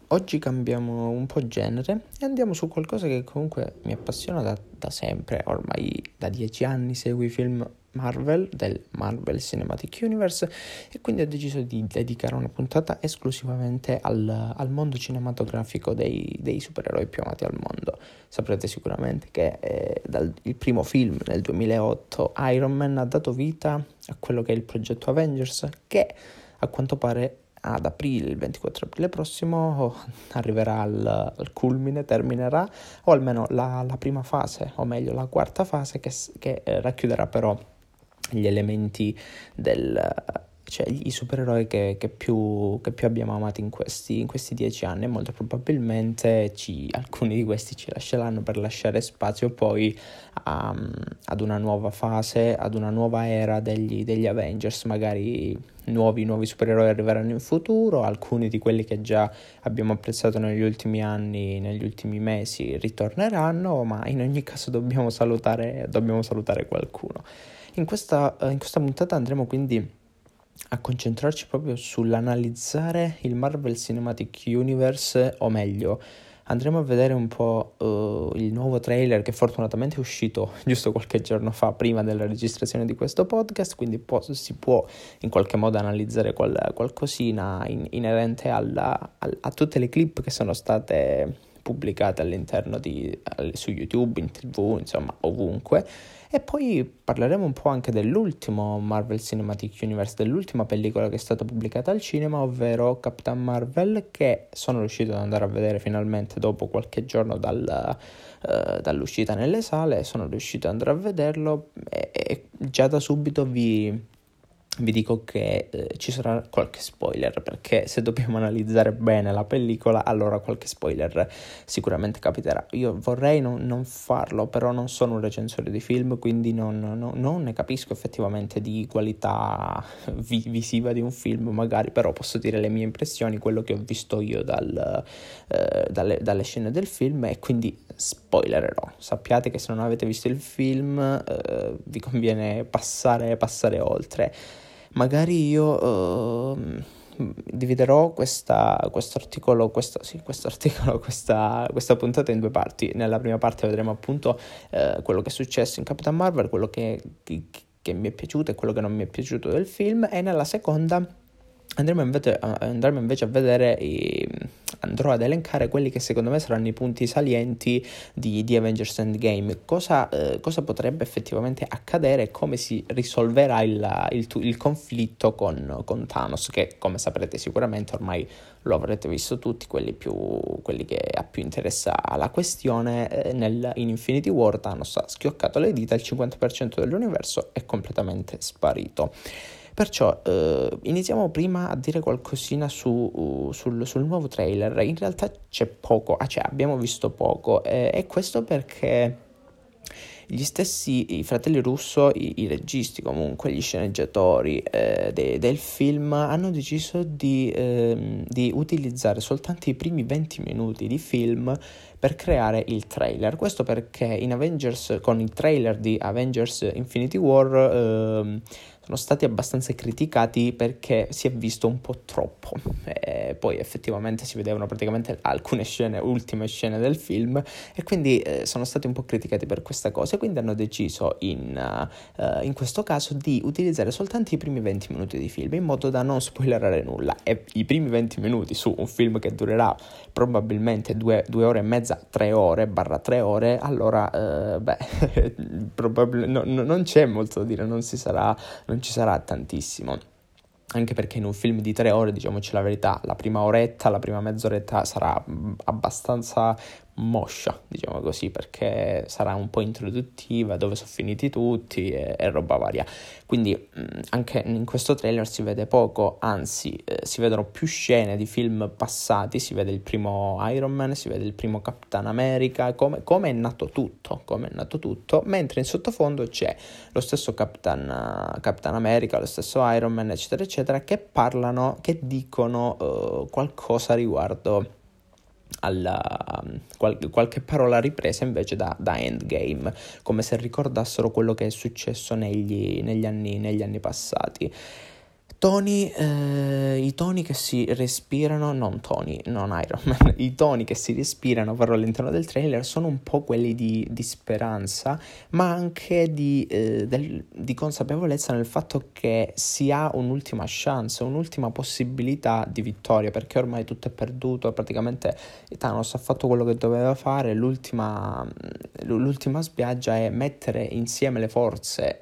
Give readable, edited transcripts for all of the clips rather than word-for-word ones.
oggi cambiamo un po' genere e andiamo su qualcosa che comunque mi appassiona da sempre, ormai da 10 anni seguo i film Marvel del Marvel Cinematic Universe e quindi ho deciso di dedicare una puntata esclusivamente al mondo cinematografico dei supereroi più amati al mondo. Saprete sicuramente che il primo film nel 2008 Iron Man ha dato vita a quello che è il progetto Avengers, che a quanto pare ad aprile, il 24 aprile prossimo, arriverà al culmine, terminerà, o almeno la prima fase, o meglio la quarta fase, che racchiuderà però gli elementi cioè i supereroi che più abbiamo amato in questi 10 anni, e molto probabilmente alcuni di questi ci lasceranno per lasciare spazio poi ad una nuova fase, ad una nuova era degli Avengers. Magari nuovi supereroi arriveranno in futuro, alcuni di quelli che già abbiamo apprezzato negli ultimi anni, negli ultimi mesi ritorneranno, ma in ogni caso dobbiamo salutare qualcuno. In questa puntata andremo quindi a concentrarci proprio sull'analizzare il Marvel Cinematic Universe, o meglio, andremo a vedere un po' il nuovo trailer che fortunatamente è uscito giusto qualche giorno fa, prima della registrazione di questo podcast, quindi si può in qualche modo analizzare qualcosina inerente a tutte le clip che sono state pubblicate all'interno su YouTube, in TV, insomma ovunque. E poi parleremo un po' anche dell'ultimo Marvel Cinematic Universe, dell'ultima pellicola che è stata pubblicata al cinema, ovvero Capitan Marvel, che sono riuscito ad andare a vedere finalmente dopo qualche giorno dall'uscita nelle sale. Sono riuscito ad andare a vederlo e già da subito vi dico che ci sarà qualche spoiler, perché se dobbiamo analizzare bene la pellicola, allora qualche spoiler sicuramente capiterà. Io vorrei non farlo, però non sono un recensore di film, quindi non ne capisco effettivamente di qualità visiva di un film, magari, però posso dire le mie impressioni, quello che ho visto io dalle scene del film, e quindi spoilererò. Sappiate che se non avete visto il film vi conviene passare oltre. Magari io dividerò questa puntata in due parti. Nella prima parte vedremo appunto quello che è successo in Capitan Marvel, quello che mi è piaciuto e quello che non mi è piaciuto del film, e nella seconda andremo invece a vedere andrò ad elencare quelli che secondo me saranno i punti salienti di Avengers Endgame, cosa potrebbe effettivamente accadere e come si risolverà il conflitto con Thanos, che come saprete sicuramente ormai lo avrete visto tutti, quelli che a più interessa la questione. In Infinity War Thanos ha schioccato le dita, il 50% dell'universo è completamente sparito. Perciò iniziamo prima a dire qualcosina sul nuovo trailer. In realtà c'è poco, abbiamo visto poco, e questo perché i fratelli Russo, i registi comunque, gli sceneggiatori del film, hanno deciso di utilizzare soltanto i primi 20 minuti di film per creare il trailer. Questo perché con il trailer di Avengers Infinity War sono stati abbastanza criticati perché si è visto un po' troppo. Poi effettivamente si vedevano praticamente ultime scene del film, e quindi sono stati un po' criticati per questa cosa, e quindi hanno deciso in questo caso di utilizzare soltanto i primi 20 minuti di film, in modo da non spoilerare nulla. E i primi 20 minuti su un film che durerà probabilmente 2 ore e mezza, 3 ore, allora non c'è molto da dire, non ci sarà tantissimo. Anche perché in un film di 3 ore, diciamoci la verità, la prima mezz'oretta sarà abbastanza moscia, diciamo così, perché sarà un po' introduttiva, dove sono finiti tutti e roba varia. Quindi anche in questo trailer si vede poco, anzi si vedono più scene di film passati, si vede il primo Iron Man, si vede il primo Capitan America, come è nato tutto, mentre in sottofondo c'è lo stesso Capitan America, lo stesso Iron Man, eccetera eccetera, che dicono qualcosa riguardo qualche parola ripresa invece da Endgame, come se ricordassero quello che è successo negli anni passati. I toni che si respirano, non Tony, non Iron Man, i toni che si respirano però all'interno del trailer sono un po' quelli di speranza, ma anche di consapevolezza nel fatto che si ha un'ultima chance, un'ultima possibilità di vittoria, perché ormai tutto è perduto, praticamente Thanos ha fatto quello che doveva fare, l'ultima spiaggia è mettere insieme le forze,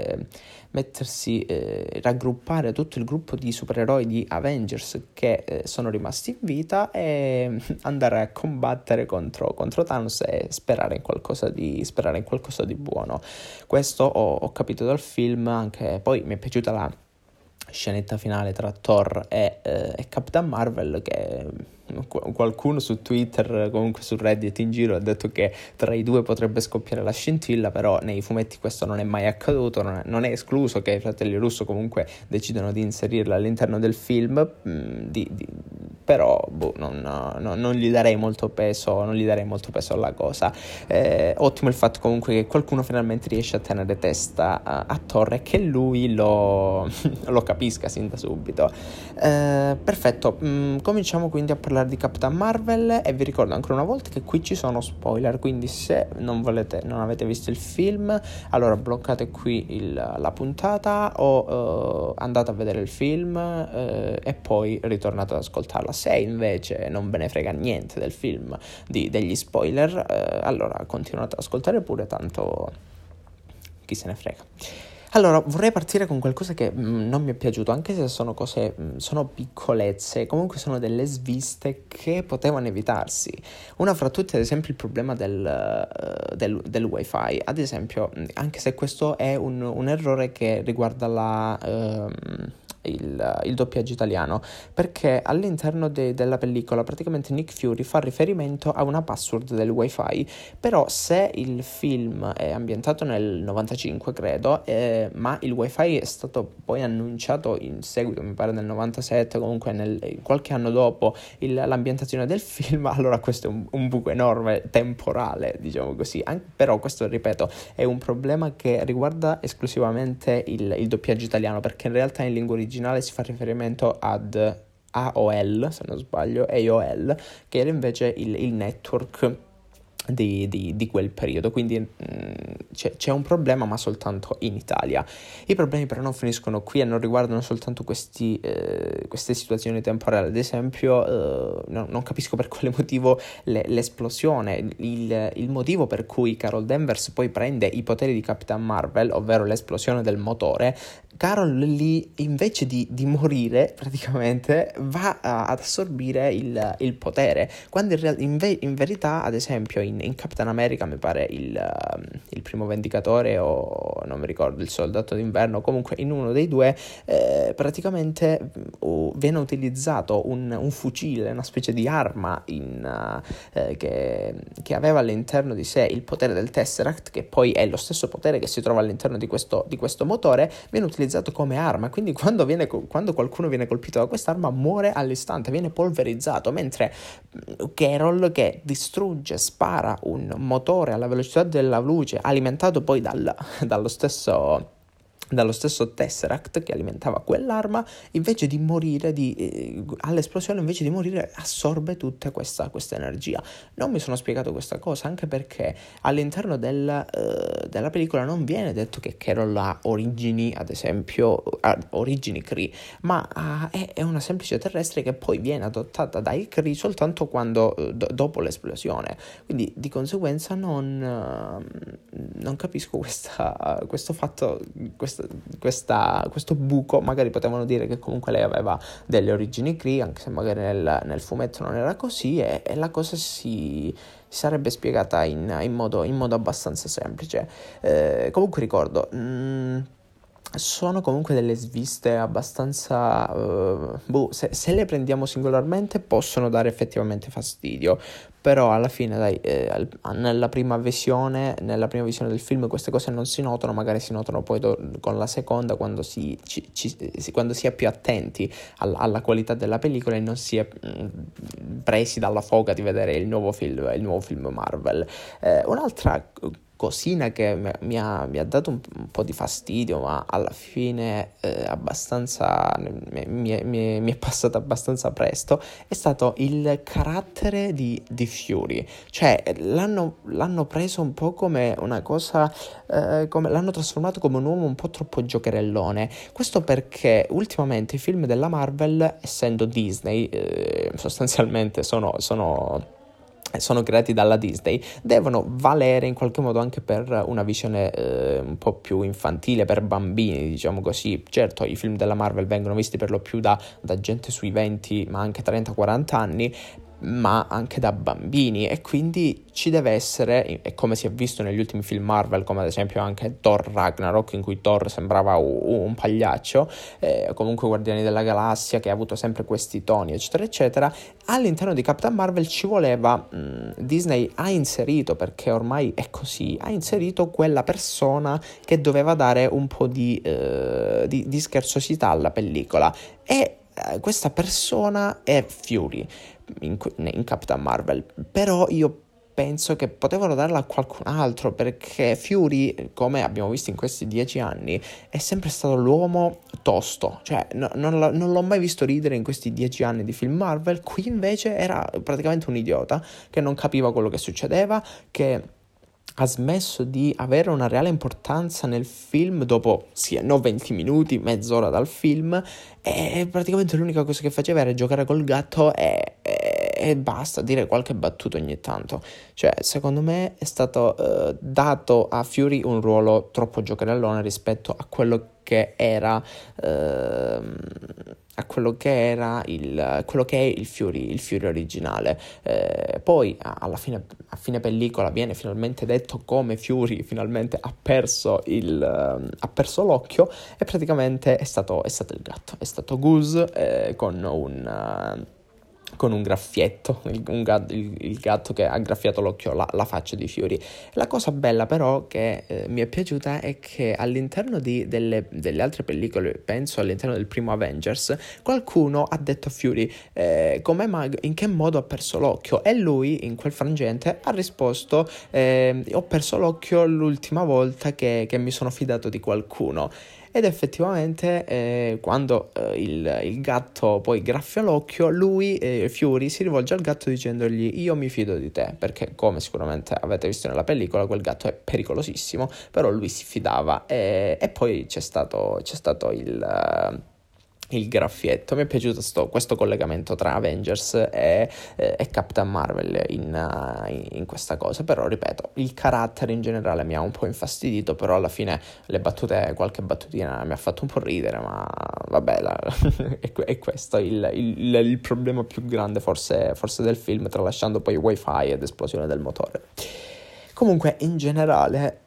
raggruppare tutto il gruppo di supereroi di Avengers che sono rimasti in vita e andare a combattere contro Thanos e sperare in qualcosa di buono. Questo ho capito dal film. Anche poi mi è piaciuta la scenetta finale tra Thor e Capitan Marvel, che qualcuno su Twitter, comunque su Reddit in giro, ha detto che tra i due potrebbe scoppiare la scintilla, però nei fumetti questo non è mai accaduto, non è escluso che i fratelli Russo comunque decidano di inserirla all'interno del film, però non gli darei molto peso alla cosa. Ottimo il fatto comunque che qualcuno finalmente riesce a tenere testa a Thor e che lui lo capisca sin da subito. Perfetto, cominciamo quindi a parlare di Capitan Marvel e vi ricordo ancora una volta che qui ci sono spoiler, quindi se non avete visto il film, allora bloccate qui la puntata o andate a vedere il film e poi ritornate ad ascoltarla. Se invece non ve ne frega niente del film, degli spoiler, allora continuate ad ascoltare pure, tanto chi se ne frega. Allora, vorrei partire con qualcosa che non mi è piaciuto, anche se sono cose, sono piccolezze, comunque sono delle sviste che potevano evitarsi. Una fra tutte, ad esempio, il problema del wifi. Ad esempio, anche se questo è un errore che riguarda il doppiaggio italiano, perché all'interno della pellicola praticamente Nick Fury fa riferimento a una password del wifi, però se il film è ambientato nel 95 credo, ma il wifi è stato poi annunciato in seguito, mi pare nel 97, comunque qualche anno dopo l'ambientazione del film, allora questo è un buco enorme temporale, diciamo così. Però questo, ripeto, è un problema che riguarda esclusivamente il doppiaggio italiano, perché in realtà in lingua originale si fa riferimento ad AOL, se non sbaglio, AOL, che era invece il network di quel periodo, quindi c'è un problema, ma soltanto in Italia. I problemi però non finiscono qui e non riguardano soltanto queste situazioni temporali. Ad esempio, non capisco per quale motivo l'esplosione, il motivo per cui Carol Danvers poi prende i poteri di Capitan Marvel, ovvero l'esplosione del motore. Carol lì, invece di morire, praticamente va ad assorbire il potere, quando in verità, ad esempio, in Capitan America, mi pare il primo Vendicatore, o non mi ricordo, il Soldato d'Inverno, comunque in uno dei due, praticamente viene utilizzato un fucile, una specie di arma che aveva all'interno di sé il potere del Tesseract, che poi è lo stesso potere che si trova all'interno di questo motore, viene utilizzato come arma, quindi quando qualcuno viene colpito da quest'arma muore all'istante, viene polverizzato, mentre Carol, che distrugge, spara un motore alla velocità della luce, alimentato poi dallo stesso Tesseract che alimentava quell'arma, invece di morire all'esplosione, invece di morire, assorbe tutta questa energia. Non mi sono spiegato questa cosa, anche perché all'interno della pellicola non viene detto che Carol ha origini, ad esempio, origini Kree, ma è una semplice terrestre che poi viene adottata dai Kree soltanto quando dopo l'esplosione. Quindi di conseguenza non capisco questo fatto, questo buco. Magari potevano dire che comunque lei aveva delle origini Kree, anche se magari nel fumetto non era così, e la cosa si sarebbe spiegata in modo abbastanza semplice. Comunque ricordo, sono comunque delle sviste abbastanza se le prendiamo singolarmente possono dare effettivamente fastidio, però alla fine dai, nella prima visione del film queste cose non si notano, magari si notano poi con la seconda, quando quando si è più attenti alla qualità della pellicola e non si è presi dalla foga di vedere il nuovo film Marvel. Un'altra cosina che mi ha dato un po' di fastidio, ma alla fine abbastanza mi è passata abbastanza presto, è stato il carattere di Fury. Cioè l'hanno preso un po' come una cosa, l'hanno trasformato come un uomo un po' troppo giocherellone. Questo perché ultimamente i film della Marvel, essendo Disney, sostanzialmente sono creati dalla Disney, devono valere in qualche modo anche per una visione un po' più infantile, per bambini, diciamo così. Certo, i film della Marvel vengono visti per lo più da gente sui 20, ma anche 30-40 anni, ma anche da bambini, e quindi ci deve essere, e come si è visto negli ultimi film Marvel, come ad esempio anche Thor Ragnarok, in cui Thor sembrava un pagliaccio, comunque Guardiani della Galassia, che ha avuto sempre questi toni, eccetera eccetera. All'interno di Captain Marvel ci voleva, Disney ha inserito, perché ormai è così, ha inserito quella persona che doveva dare un po' di scherzosità alla pellicola, e questa persona è Fury in Captain Marvel. Però io penso che potevano darla a qualcun altro, perché Fury, come abbiamo visto in questi 10 anni, è sempre stato l'uomo tosto. Cioè non l'ho mai visto ridere in questi 10 anni di film Marvel. Qui invece era praticamente un idiota che non capiva quello che succedeva, che ha smesso di avere una reale importanza nel film dopo, no, 20 minuti, mezz'ora dal film, e praticamente l'unica cosa che faceva era giocare col gatto e basta, dire qualche battuta ogni tanto. Cioè, secondo me è stato dato a Fury un ruolo troppo giocherellone rispetto a quello che era quello che è il Fury originale. Poi a fine pellicola viene finalmente detto come Fury finalmente ha perso l'occhio, e praticamente è stato il gatto, è stato Goose, con un graffietto, il gatto che ha graffiato l'occhio, la faccia di Fury. La cosa bella però che mi è piaciuta è che all'interno delle altre pellicole, penso all'interno del primo Avengers, qualcuno ha detto a Fury in che modo ha perso l'occhio, e lui in quel frangente ha risposto: ho perso l'occhio l'ultima volta che mi sono fidato di qualcuno. Ed effettivamente quando il gatto poi graffia l'occhio, Fury si rivolge al gatto dicendogli: io mi fido di te, perché come sicuramente avete visto nella pellicola quel gatto è pericolosissimo, però lui si fidava, e poi c'è stato il graffietto. Mi è piaciuto questo collegamento tra Avengers e Captain Marvel in questa cosa. Però ripeto, il carattere in generale mi ha un po' infastidito, però alla fine qualche battutina mi ha fatto un po' ridere, ma vabbè, è questo il problema più grande forse del film, tralasciando poi wifi ed esplosione del motore. Comunque in generale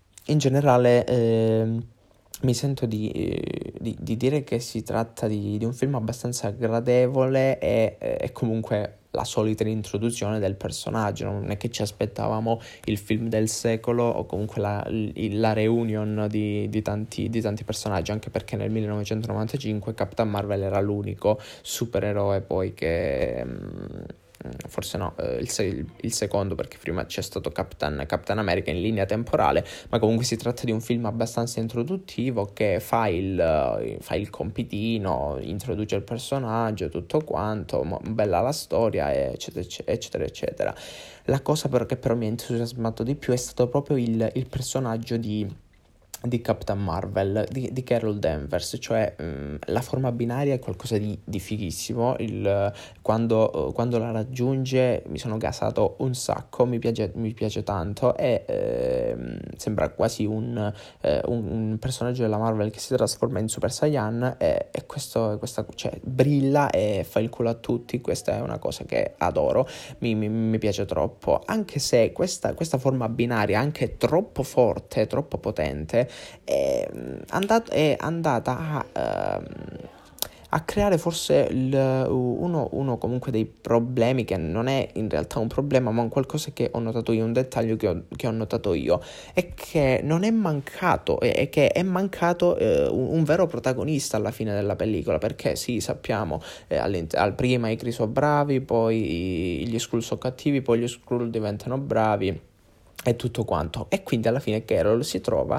mi sento di dire che si tratta di un film abbastanza gradevole, e comunque la solita introduzione del personaggio. Non è che ci aspettavamo il film del secolo, o comunque la reunion di tanti personaggi, anche perché nel 1995 Captain Marvel era l'unico supereroe poi che... forse no, il secondo, perché prima c'è stato Captain America in linea temporale, ma comunque si tratta di un film abbastanza introduttivo che fa il compitino, introduce il personaggio, tutto quanto, bella la storia, eccetera eccetera eccetera. La cosa che però mi ha entusiasmato di più è stato proprio il personaggio di Captain Marvel, di Carol Danvers. Cioè la forma binaria è qualcosa di fighissimo. Quando la raggiunge mi sono gasato un sacco, mi piace tanto, e sembra quasi un personaggio della Marvel che si trasforma in Super Saiyan, e questa, cioè, brilla e fa il culo a tutti. Questa è una cosa che adoro, mi piace troppo, anche se questa forma binaria, anche troppo forte, troppo potente, è andata a creare forse uno comunque dei problemi, che non è in realtà un problema, ma un qualcosa che ho notato io, un dettaglio che ho notato io, è che non è mancato, è che è mancato un vero protagonista alla fine della pellicola, perché sì, sappiamo, prima i Kree sono bravi, poi gli Skrull sono cattivi, poi gli Skrull diventano bravi, e tutto quanto. E quindi alla fine Carol si trova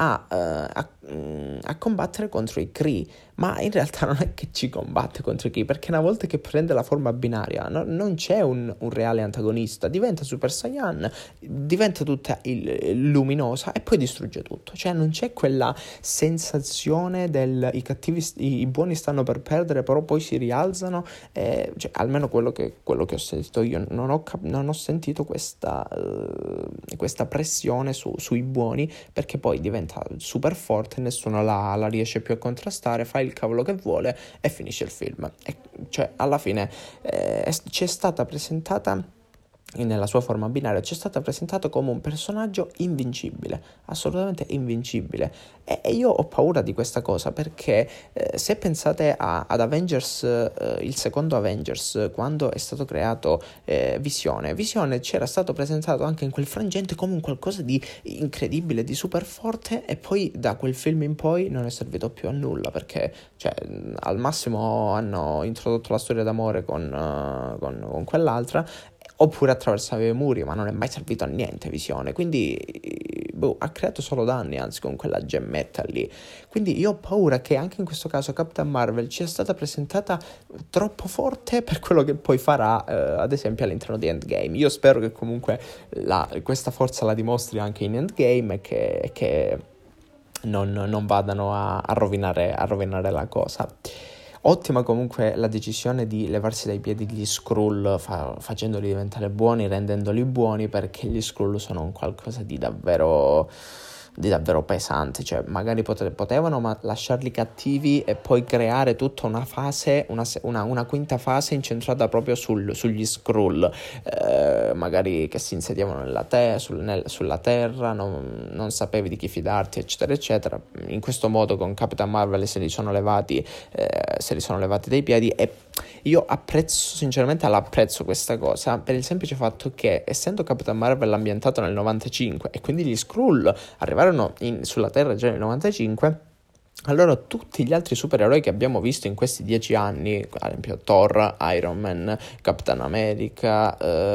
a combattere contro i Kree, ma in realtà non è che ci combatte contro i Kree, perché una volta che prende la forma binaria non c'è un reale antagonista, diventa Super Saiyan, diventa tutta luminosa e poi distrugge tutto. Cioè non c'è quella sensazione i cattivi, i buoni stanno per perdere, però poi si rialzano, cioè, almeno quello che ho sentito io, non ho sentito questa pressione sui buoni, perché poi diventa super forte, nessuno la riesce più a contrastare, fa il cavolo che vuole e finisce il film. E cioè alla fine ci è stata presentata nella sua forma binaria, ci è stata presentato come un personaggio invincibile, assolutamente invincibile, e io ho paura di questa cosa, perché se pensate ad Avengers, il secondo Avengers, quando è stato creato Visione c'era stato presentato anche in quel frangente come un qualcosa di incredibile, di super forte, e poi da quel film in poi non è servito più a nulla, perché cioè, al massimo hanno introdotto la storia d'amore con quell'altra, oppure attraversava i muri, ma non è mai servito a niente Visione, quindi ha creato solo danni, anzi, con quella gemmetta lì. Quindi io ho paura che anche in questo caso Captain Marvel ci sia stata presentata troppo forte per quello che poi farà, ad esempio, all'interno di Endgame. Io spero che comunque questa forza la dimostri anche in Endgame, e che non vadano a rovinare la cosa. Ottima comunque la decisione di levarsi dai piedi gli Skrull, facendoli diventare buoni, rendendoli buoni, perché gli Skrull sono un qualcosa di davvero pesante. Cioè magari potevano lasciarli cattivi e poi creare tutta una fase, una quinta fase incentrata proprio sugli Skrull, magari che si insediavano sulla terra, non sapevi di chi fidarti, eccetera eccetera. In questo modo con Capitan Marvel se li sono levati dai piedi, e io sinceramente l'apprezzo questa cosa, per il semplice fatto che, essendo Capitan Marvel ambientato nel 95 e quindi gli Skrull arrivarono sulla Terra già nel 95, allora tutti gli altri supereroi che abbiamo visto in questi 10 anni, ad esempio Thor, Iron Man, Capitan America,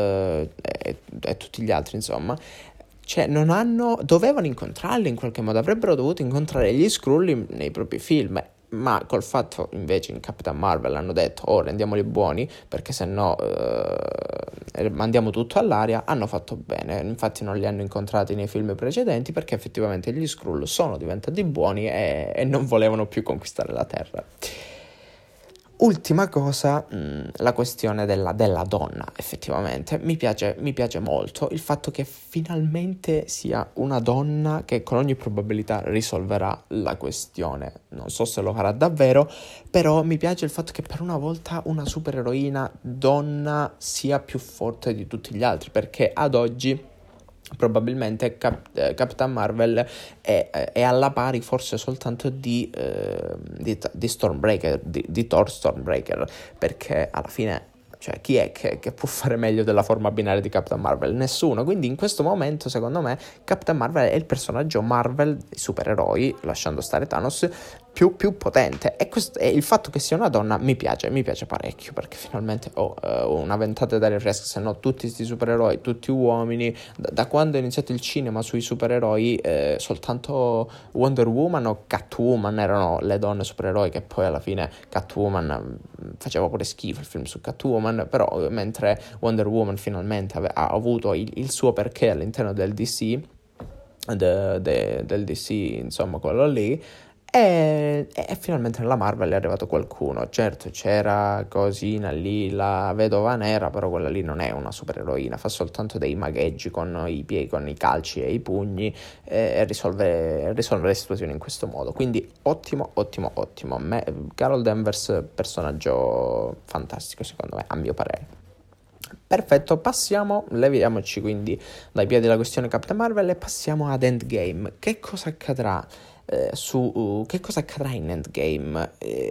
e tutti gli altri, insomma, cioè dovevano incontrarli in qualche modo, avrebbero dovuto incontrare gli Skrull nei propri film. Ma col fatto invece in Capitan Marvel hanno detto rendiamoli buoni, perché sennò mandiamo tutto all'aria, hanno fatto bene. Infatti non li hanno incontrati nei film precedenti, perché effettivamente gli Skrull sono diventati buoni e non volevano più conquistare la Terra. Ultima cosa, la questione della donna. Effettivamente mi piace molto il fatto che finalmente sia una donna che con ogni probabilità risolverà la questione. Non so se lo farà davvero, però mi piace il fatto che per una volta una supereroina donna sia più forte di tutti gli altri, perché ad oggi probabilmente Capitan Marvel è alla pari forse soltanto di Stormbreaker, di Thor Stormbreaker, perché alla fine, cioè, chi è che può fare meglio della forma binaria di Capitan Marvel? Nessuno. Quindi in questo momento, secondo me, Capitan Marvel è il personaggio Marvel dei supereroi, lasciando stare Thanos, più potente. E il fatto che sia una donna mi piace parecchio, perché finalmente ho una ventata d'aria fresca. Se no tutti questi supereroi, tutti uomini, da quando è iniziato il cinema sui supereroi, soltanto Wonder Woman o Catwoman erano le donne supereroi, che poi alla fine Catwoman faceva pure schifo il film su Catwoman, però mentre Wonder Woman finalmente ha avuto il suo perché all'interno del DC, del DC, insomma, quello lì. E finalmente nella Marvel è arrivato qualcuno. Certo, c'era cosina lì, la vedova nera, però quella lì non è una supereroina, fa soltanto dei magheggi con i piedi, con i calci e i pugni, e risolve le situazioni in questo modo. Quindi ottimo. Carol Danvers, personaggio fantastico secondo me, a mio parere. Perfetto, leviamoci quindi dai piedi la questione Captain Marvel e passiamo ad Endgame. Che cosa accadrà? Che cosa accadrà in Endgame?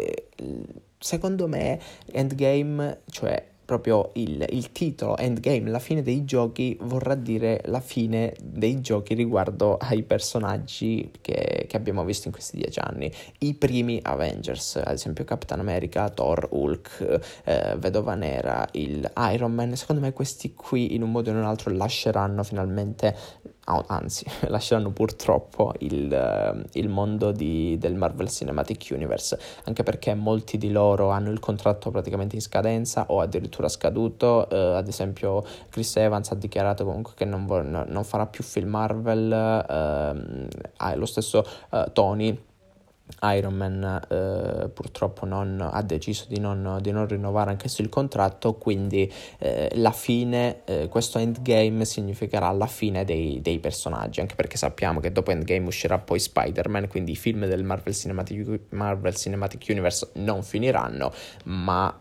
Secondo me Endgame, cioè proprio il titolo Endgame, la fine dei giochi, vorrà dire la fine dei giochi riguardo ai personaggi che abbiamo visto in questi 10 anni. I primi Avengers, ad esempio Capitan America, Thor, Hulk, Vedova Nera, il Iron Man. Secondo me questi qui in un modo o in un altro lasceranno finalmente anzi, lasceranno purtroppo il mondo del Marvel Cinematic Universe, anche perché molti di loro hanno il contratto praticamente in scadenza o addirittura scaduto. Ad esempio Chris Evans ha dichiarato comunque che non farà più film Marvel, lo stesso Tony Iron Man purtroppo ha deciso di non rinnovare anch'esso il contratto, quindi la fine, questo Endgame significherà la fine dei personaggi, anche perché sappiamo che dopo Endgame uscirà poi Spider-Man, quindi i film del Marvel Cinematic Universe non finiranno, ma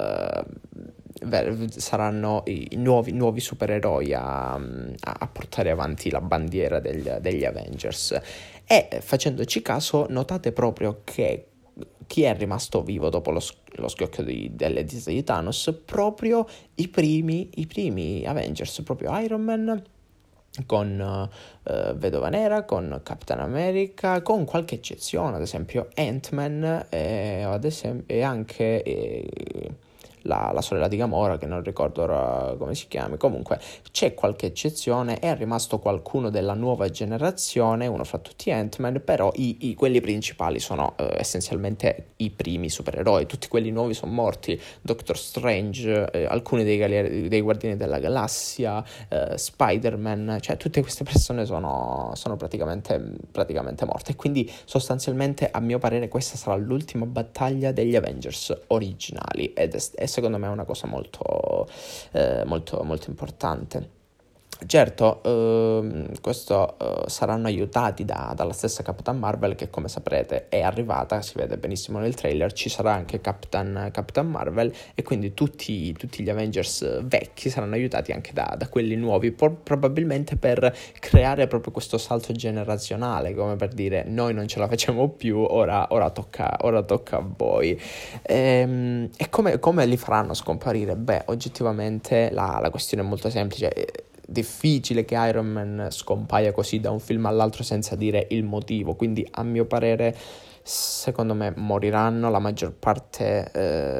saranno i nuovi supereroi a portare avanti la bandiera degli Avengers. E facendoci caso, notate proprio che chi è rimasto vivo dopo lo schiocchio delle dita di Thanos? Proprio i primi Avengers, proprio Iron Man con Vedova Nera, con Captain America, con qualche eccezione, ad esempio Ant-Man e anche la sorella di Gamora, che non ricordo ora come si chiami. Comunque c'è qualche eccezione, è rimasto qualcuno della nuova generazione, uno fra tutti Ant-Man, però quelli principali sono essenzialmente i primi supereroi. Tutti quelli nuovi sono morti: Doctor Strange, alcuni dei Guardiani della Galassia, Spider-Man, cioè tutte queste persone sono praticamente morte, e quindi sostanzialmente, a mio parere, questa sarà l'ultima battaglia degli Avengers originali, ed è secondo me una cosa molto importante. Certo, questo saranno aiutati dalla stessa Capitan Marvel, che come saprete è arrivata, si vede benissimo nel trailer. Ci sarà anche Capitan Marvel, e quindi tutti gli Avengers vecchi saranno aiutati anche da quelli nuovi, probabilmente per creare proprio questo salto generazionale, come per dire: noi non ce la facciamo più, ora tocca a voi. E come li faranno scomparire? Beh, oggettivamente la questione è molto semplice. Difficile che Iron Man scompaia così da un film all'altro senza dire il motivo, quindi a mio parere, secondo me, moriranno, la maggior parte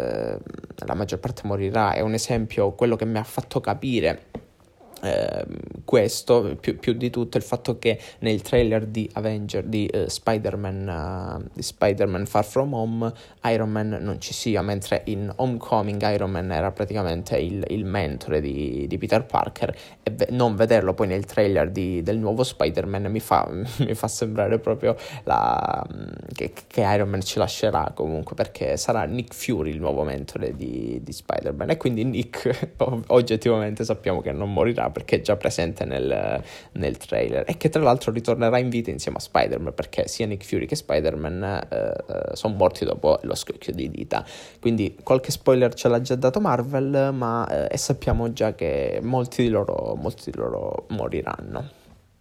morirà. È un esempio quello che mi ha fatto capire questo più di tutto il fatto che nel trailer di Spider-Man Far From Home Iron Man non ci sia, mentre in Homecoming Iron Man era praticamente il mentore di Peter Parker, e non vederlo poi nel trailer del nuovo Spider-Man mi fa sembrare proprio che Iron Man ci lascerà comunque, perché sarà Nick Fury il nuovo mentore di Spider-Man, e quindi Nick oggettivamente sappiamo che non morirà, perché è già presente nel trailer, e che tra l'altro ritornerà in vita insieme a Spider-Man, perché sia Nick Fury che Spider-Man sono morti dopo lo schiocchio di dita. Quindi qualche spoiler ce l'ha già dato Marvel, ma e sappiamo già che molti di loro moriranno.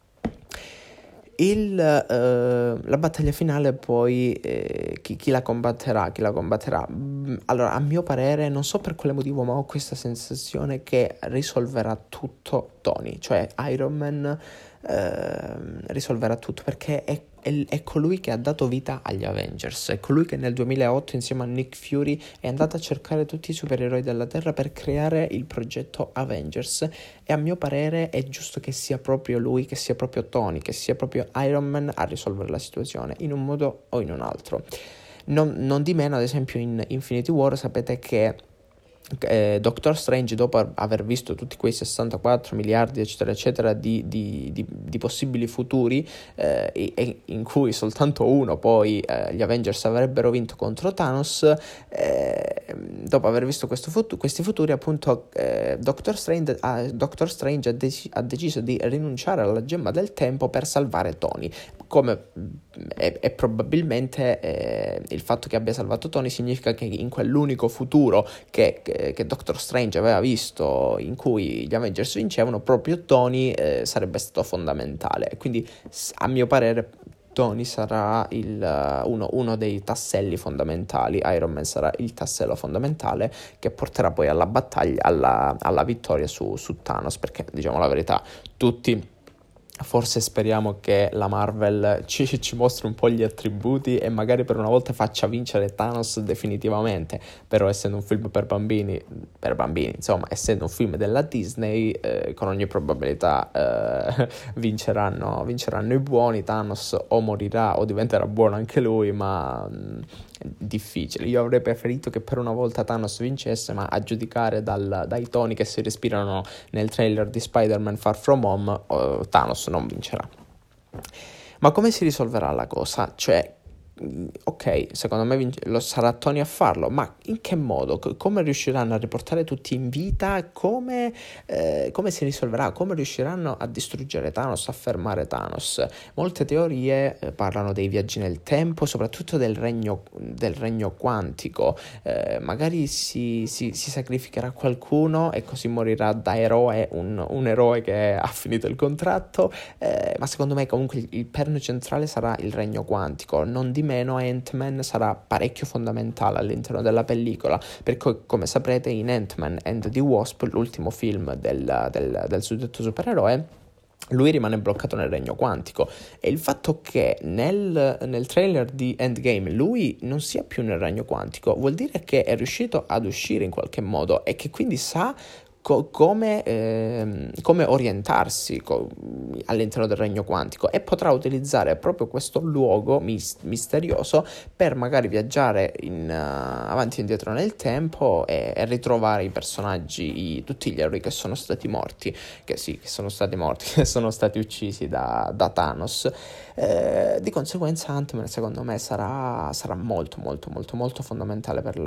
La battaglia finale poi, chi la combatterà? Allora, a mio parere, non so per quale motivo, ma ho questa sensazione che risolverà tutto Tony, cioè Iron Man risolverà tutto, perché è colui che ha dato vita agli Avengers, è colui che nel 2008 insieme a Nick Fury è andato a cercare tutti i supereroi della Terra per creare il progetto Avengers, e a mio parere è giusto che sia proprio lui, che sia proprio Tony, che sia proprio Iron Man a risolvere la situazione in un modo o in un altro. Non di meno, ad esempio, in Infinity War sapete che Doctor Strange, dopo aver visto tutti quei 64 miliardi eccetera eccetera di possibili futuri, in cui soltanto uno poi gli Avengers avrebbero vinto contro Thanos, dopo aver visto questi futuri, appunto, Doctor Strange ha deciso di rinunciare alla gemma del tempo per salvare Tony. Come e probabilmente il fatto che abbia salvato Tony significa che in quell'unico futuro che Doctor Strange aveva visto, in cui gli Avengers vincevano, proprio Tony sarebbe stato fondamentale. Quindi a mio parere Tony sarà uno dei tasselli fondamentali, Iron Man sarà il tassello fondamentale che porterà poi alla battaglia, alla vittoria su Thanos, perché, diciamo la verità, tutti Forse speriamo che la Marvel ci mostri un po' gli attributi e magari per una volta faccia vincere Thanos definitivamente, però essendo un film per bambini, insomma, essendo un film della Disney, con ogni probabilità vinceranno i buoni. Thanos o morirà o diventerà buono anche lui, ma difficile. Io avrei preferito che per una volta Thanos vincesse, ma a giudicare dai toni che si respirano nel trailer di Spider-Man Far From Home, Thanos non vincerà. Ma come si risolverà la cosa? Cioè, ok, secondo me lo sarà Tony a farlo, ma in che modo? Come riusciranno a riportare tutti in vita? Come si risolverà? Come riusciranno a distruggere Thanos, a fermare Thanos? Molte teorie parlano dei viaggi nel tempo, soprattutto del regno quantico. Magari si sacrificherà qualcuno e così morirà da eroe un eroe che ha finito il contratto, ma secondo me comunque il perno centrale sarà il regno quantico. Non di meno Ant-Man sarà parecchio fondamentale all'interno della pellicola, perché come saprete in Ant-Man and the Wasp, l'ultimo film del suddetto supereroe, lui rimane bloccato nel regno quantico, e il fatto che nel trailer di Endgame lui non sia più nel regno quantico vuol dire che è riuscito ad uscire in qualche modo e che quindi sa come orientarsi all'interno del regno quantico, e potrà utilizzare proprio questo luogo misterioso per magari viaggiare avanti e indietro nel tempo e ritrovare i personaggi, tutti gli eroi che sono stati morti, che sono stati uccisi da Thanos. Di conseguenza Ant-Man secondo me sarà molto molto molto molto fondamentale per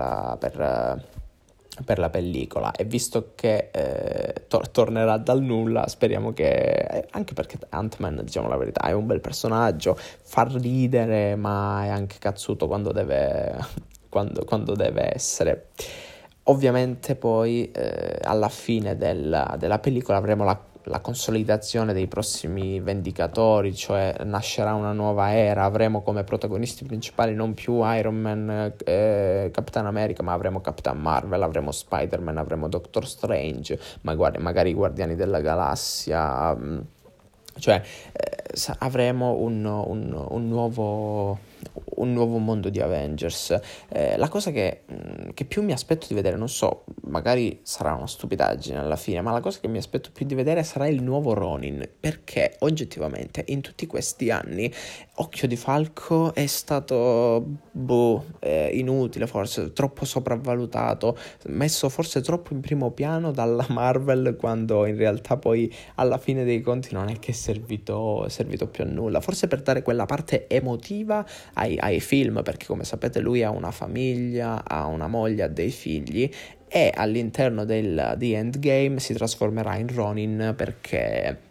la pellicola, e visto che tornerà dal nulla, speriamo che, anche perché Ant-Man, diciamo la verità, è un bel personaggio, fa ridere, ma è anche cazzuto quando deve essere. Ovviamente poi alla fine della pellicola avremo la consolidazione dei prossimi Vendicatori, cioè nascerà una nuova era, avremo come protagonisti principali non più Iron Man, Capitan America, ma avremo Capitan Marvel, avremo Spider-Man, avremo Doctor Strange, magari i Guardiani della Galassia, cioè avremo un nuovo mondo di Avengers. La cosa che più mi aspetto di vedere, non so, magari sarà una stupidaggine alla fine, ma la cosa che mi aspetto più di vedere sarà il nuovo Ronin, perché oggettivamente in tutti questi anni Occhio di Falco è stato inutile, forse troppo sopravvalutato, messo forse troppo in primo piano dalla Marvel, quando in realtà poi alla fine dei conti non è che è servito più a nulla, forse per dare quella parte emotiva ai film, perché come sapete lui ha una famiglia, ha una moglie, ha dei figli, e all'interno di Endgame si trasformerà in Ronin perché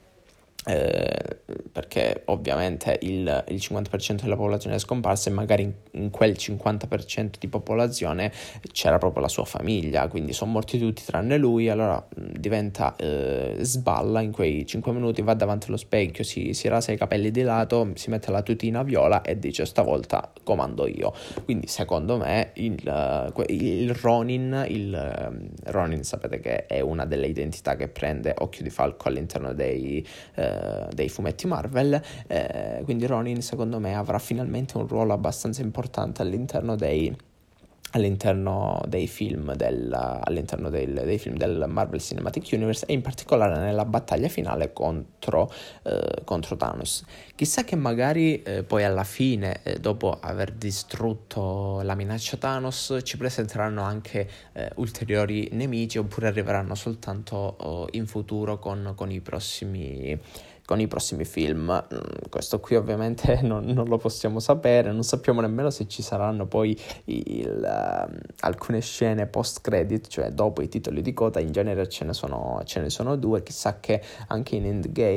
ovviamente il 50% della popolazione è scomparsa, e magari in quel 50% di popolazione c'era proprio la sua famiglia, quindi sono morti tutti tranne lui. Allora diventa sballa in quei 5 minuti, va davanti allo specchio, si rasa i capelli di lato, si mette la tutina viola e dice stavolta comando io. Quindi secondo me il Ronin sapete che è una delle identità che prende Occhio di Falco all'interno dei fumetti Marvel, quindi Ronin secondo me avrà finalmente un ruolo abbastanza importante all'interno dei film dei film del Marvel Cinematic Universe, e in particolare nella battaglia finale contro Thanos. Chissà che magari poi alla fine, dopo aver distrutto la minaccia Thanos, ci presenteranno anche ulteriori nemici, oppure arriveranno soltanto in futuro con i prossimi film. Questo qui ovviamente non lo possiamo sapere, non sappiamo nemmeno se ci saranno poi alcune scene post credit, cioè dopo i titoli di coda. In genere ce ne sono 2, chissà che anche in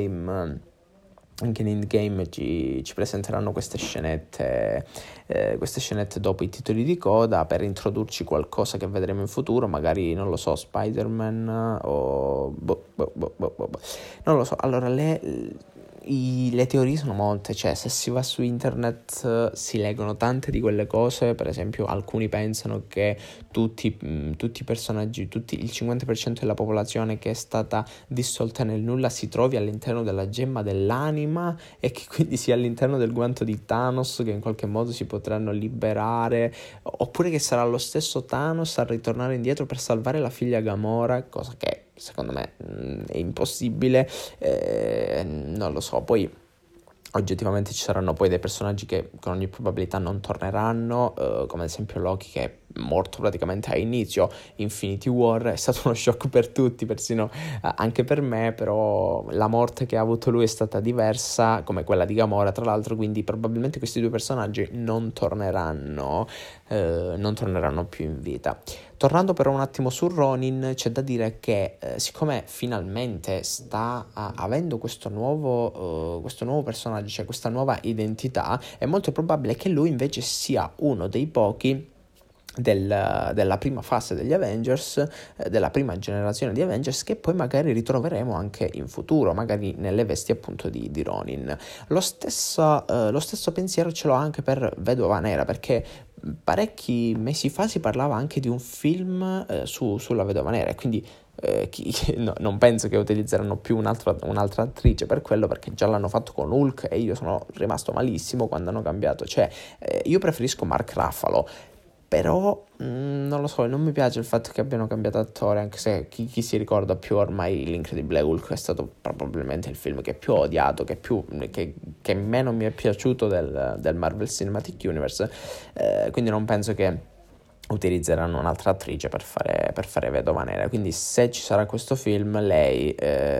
Endgame ci presenteranno queste scenette dopo i titoli di coda, per introdurci qualcosa che vedremo in futuro, magari, non lo so, Spider-Man o non lo so. Allora le teorie sono molte, cioè se si va su internet si leggono tante di quelle cose. Per esempio alcuni pensano che tutti i personaggi, il 50% della popolazione che è stata dissolta nel nulla si trovi all'interno della gemma dell'anima e che quindi sia all'interno del guanto di Thanos, che in qualche modo si potranno liberare, oppure che sarà lo stesso Thanos a ritornare indietro per salvare la figlia Gamora, cosa che secondo me è impossibile. Non lo so. Poi oggettivamente ci saranno poi dei personaggi che con ogni probabilità non torneranno, come ad esempio Loki, che è morto praticamente a inizio Infinity War. È stato uno shock per tutti, persino anche per me, però la morte che ha avuto lui è stata diversa, come quella di Gamora tra l'altro, quindi probabilmente questi due personaggi non torneranno più in vita. Tornando però un attimo su Ronin, c'è da dire che siccome finalmente sta avendo questo nuovo personaggio, cioè questa nuova identità, è molto probabile che lui invece sia uno dei pochi della prima fase degli Avengers, della prima generazione di Avengers, che poi magari ritroveremo anche in futuro, magari nelle vesti appunto di Ronin. Lo stesso pensiero ce l'ho anche per Vedova Nera, perché parecchi mesi fa si parlava anche di un film sulla Vedova Nera, e quindi non penso che utilizzeranno più un'altra attrice per quello, perché già l'hanno fatto con Hulk e io sono rimasto malissimo quando hanno cambiato. Cioè io preferisco Mark Ruffalo, però non lo so, non mi piace il fatto che abbiano cambiato attore, anche se chi si ricorda più ormai l'Incredibile Hulk è stato probabilmente il film che più ho odiato, che meno mi è piaciuto del Marvel Cinematic Universe, quindi non penso che utilizzeranno un'altra attrice per fare Vedova Nera. Quindi se ci sarà questo film lei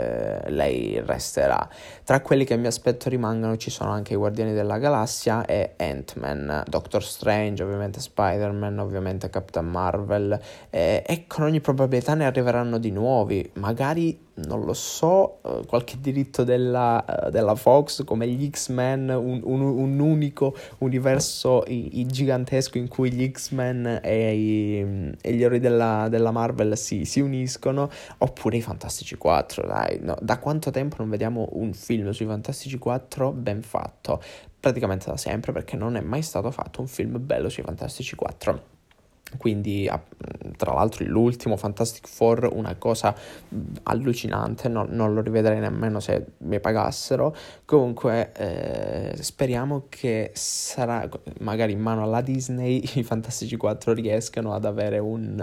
resterà. Tra quelli che mi aspetto rimangano ci sono anche i Guardiani della Galassia e Ant-Man, Doctor Strange, ovviamente Spider-Man, ovviamente Captain Marvel, e con ogni probabilità ne arriveranno di nuovi, magari, non lo so, qualche diritto della Fox, come gli X-Men, un unico universo gigantesco in cui gli X-Men e gli eroi della Marvel si uniscono, oppure i Fantastici 4, dai, no, da quanto tempo non vediamo un film sui Fantastici 4 ben fatto? Praticamente da sempre, perché non è mai stato fatto un film bello sui Fantastici 4. Quindi tra l'altro l'ultimo Fantastic Four, una cosa allucinante, non lo rivedrei nemmeno se mi pagassero. Comunque speriamo che sarà magari in mano alla Disney i Fantastici 4 riescano ad avere un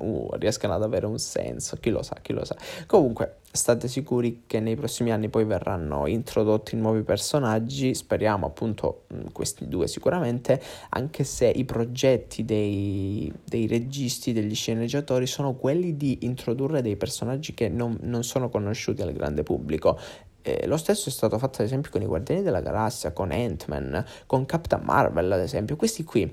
senso, chi lo sa. Comunque state sicuri che nei prossimi anni poi verranno introdotti nuovi personaggi, speriamo appunto questi due sicuramente, anche se i progetti dei registi, degli sceneggiatori sono quelli di introdurre dei personaggi che non sono conosciuti al grande pubblico. Lo stesso è stato fatto ad esempio con i Guardiani della Galassia, con Ant-Man, con Captain Marvel ad esempio. Questi qui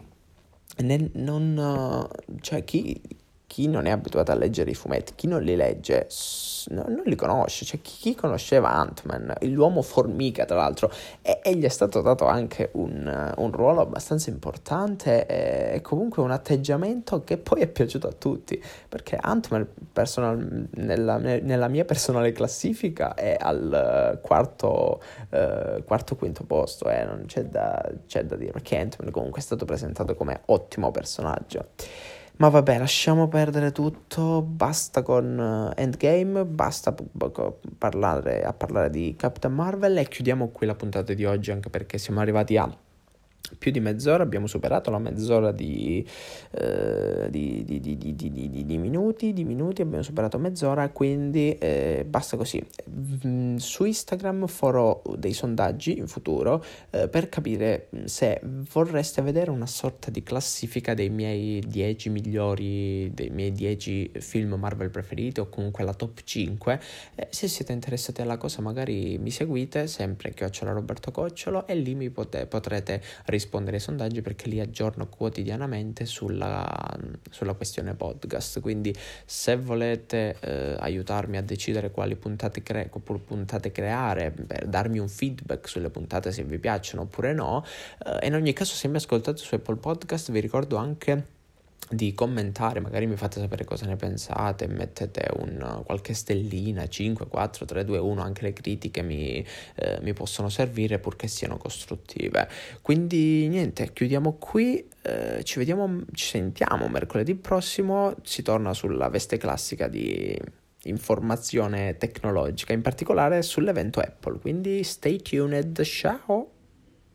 cioè chi non è abituato a leggere i fumetti, chi non li legge, non li conosce. Cioè chi conosceva Ant-Man, l'uomo formica tra l'altro, e gli è stato dato anche un ruolo abbastanza importante e comunque un atteggiamento che poi è piaciuto a tutti, perché Ant-Man nella mia personale classifica è al quarto quinto posto, non c'è da dire, perché Ant-Man comunque è stato presentato come ottimo personaggio. Ma vabbè, lasciamo perdere tutto, basta con Endgame, basta parlare di Captain Marvel, e chiudiamo qui la puntata di oggi, anche perché siamo arrivati a più di mezz'ora, abbiamo superato la mezz'ora di minuti, abbiamo superato mezz'ora, quindi basta così. Su Instagram farò dei sondaggi in futuro per capire se vorreste vedere una sorta di classifica dei miei 10 film Marvel preferiti, o comunque la top 5. Se siete interessati alla cosa magari mi seguite sempre @Roberto Cocciolo, e lì mi potrete rispondere ai sondaggi, perché li aggiorno quotidianamente sulla questione podcast. Quindi se volete aiutarmi a decidere quali puntate creare, per darmi un feedback sulle puntate, se vi piacciono oppure no, e in ogni caso se mi ascoltate su Apple Podcast vi ricordo anche di commentare, magari mi fate sapere cosa ne pensate, mettete qualche stellina, 5, 4, 3, 2, 1, anche le critiche mi possono servire purché siano costruttive. Quindi niente, chiudiamo qui, ci sentiamo mercoledì prossimo, si torna sulla veste classica di informazione tecnologica, in particolare sull'evento Apple, quindi stay tuned, ciao!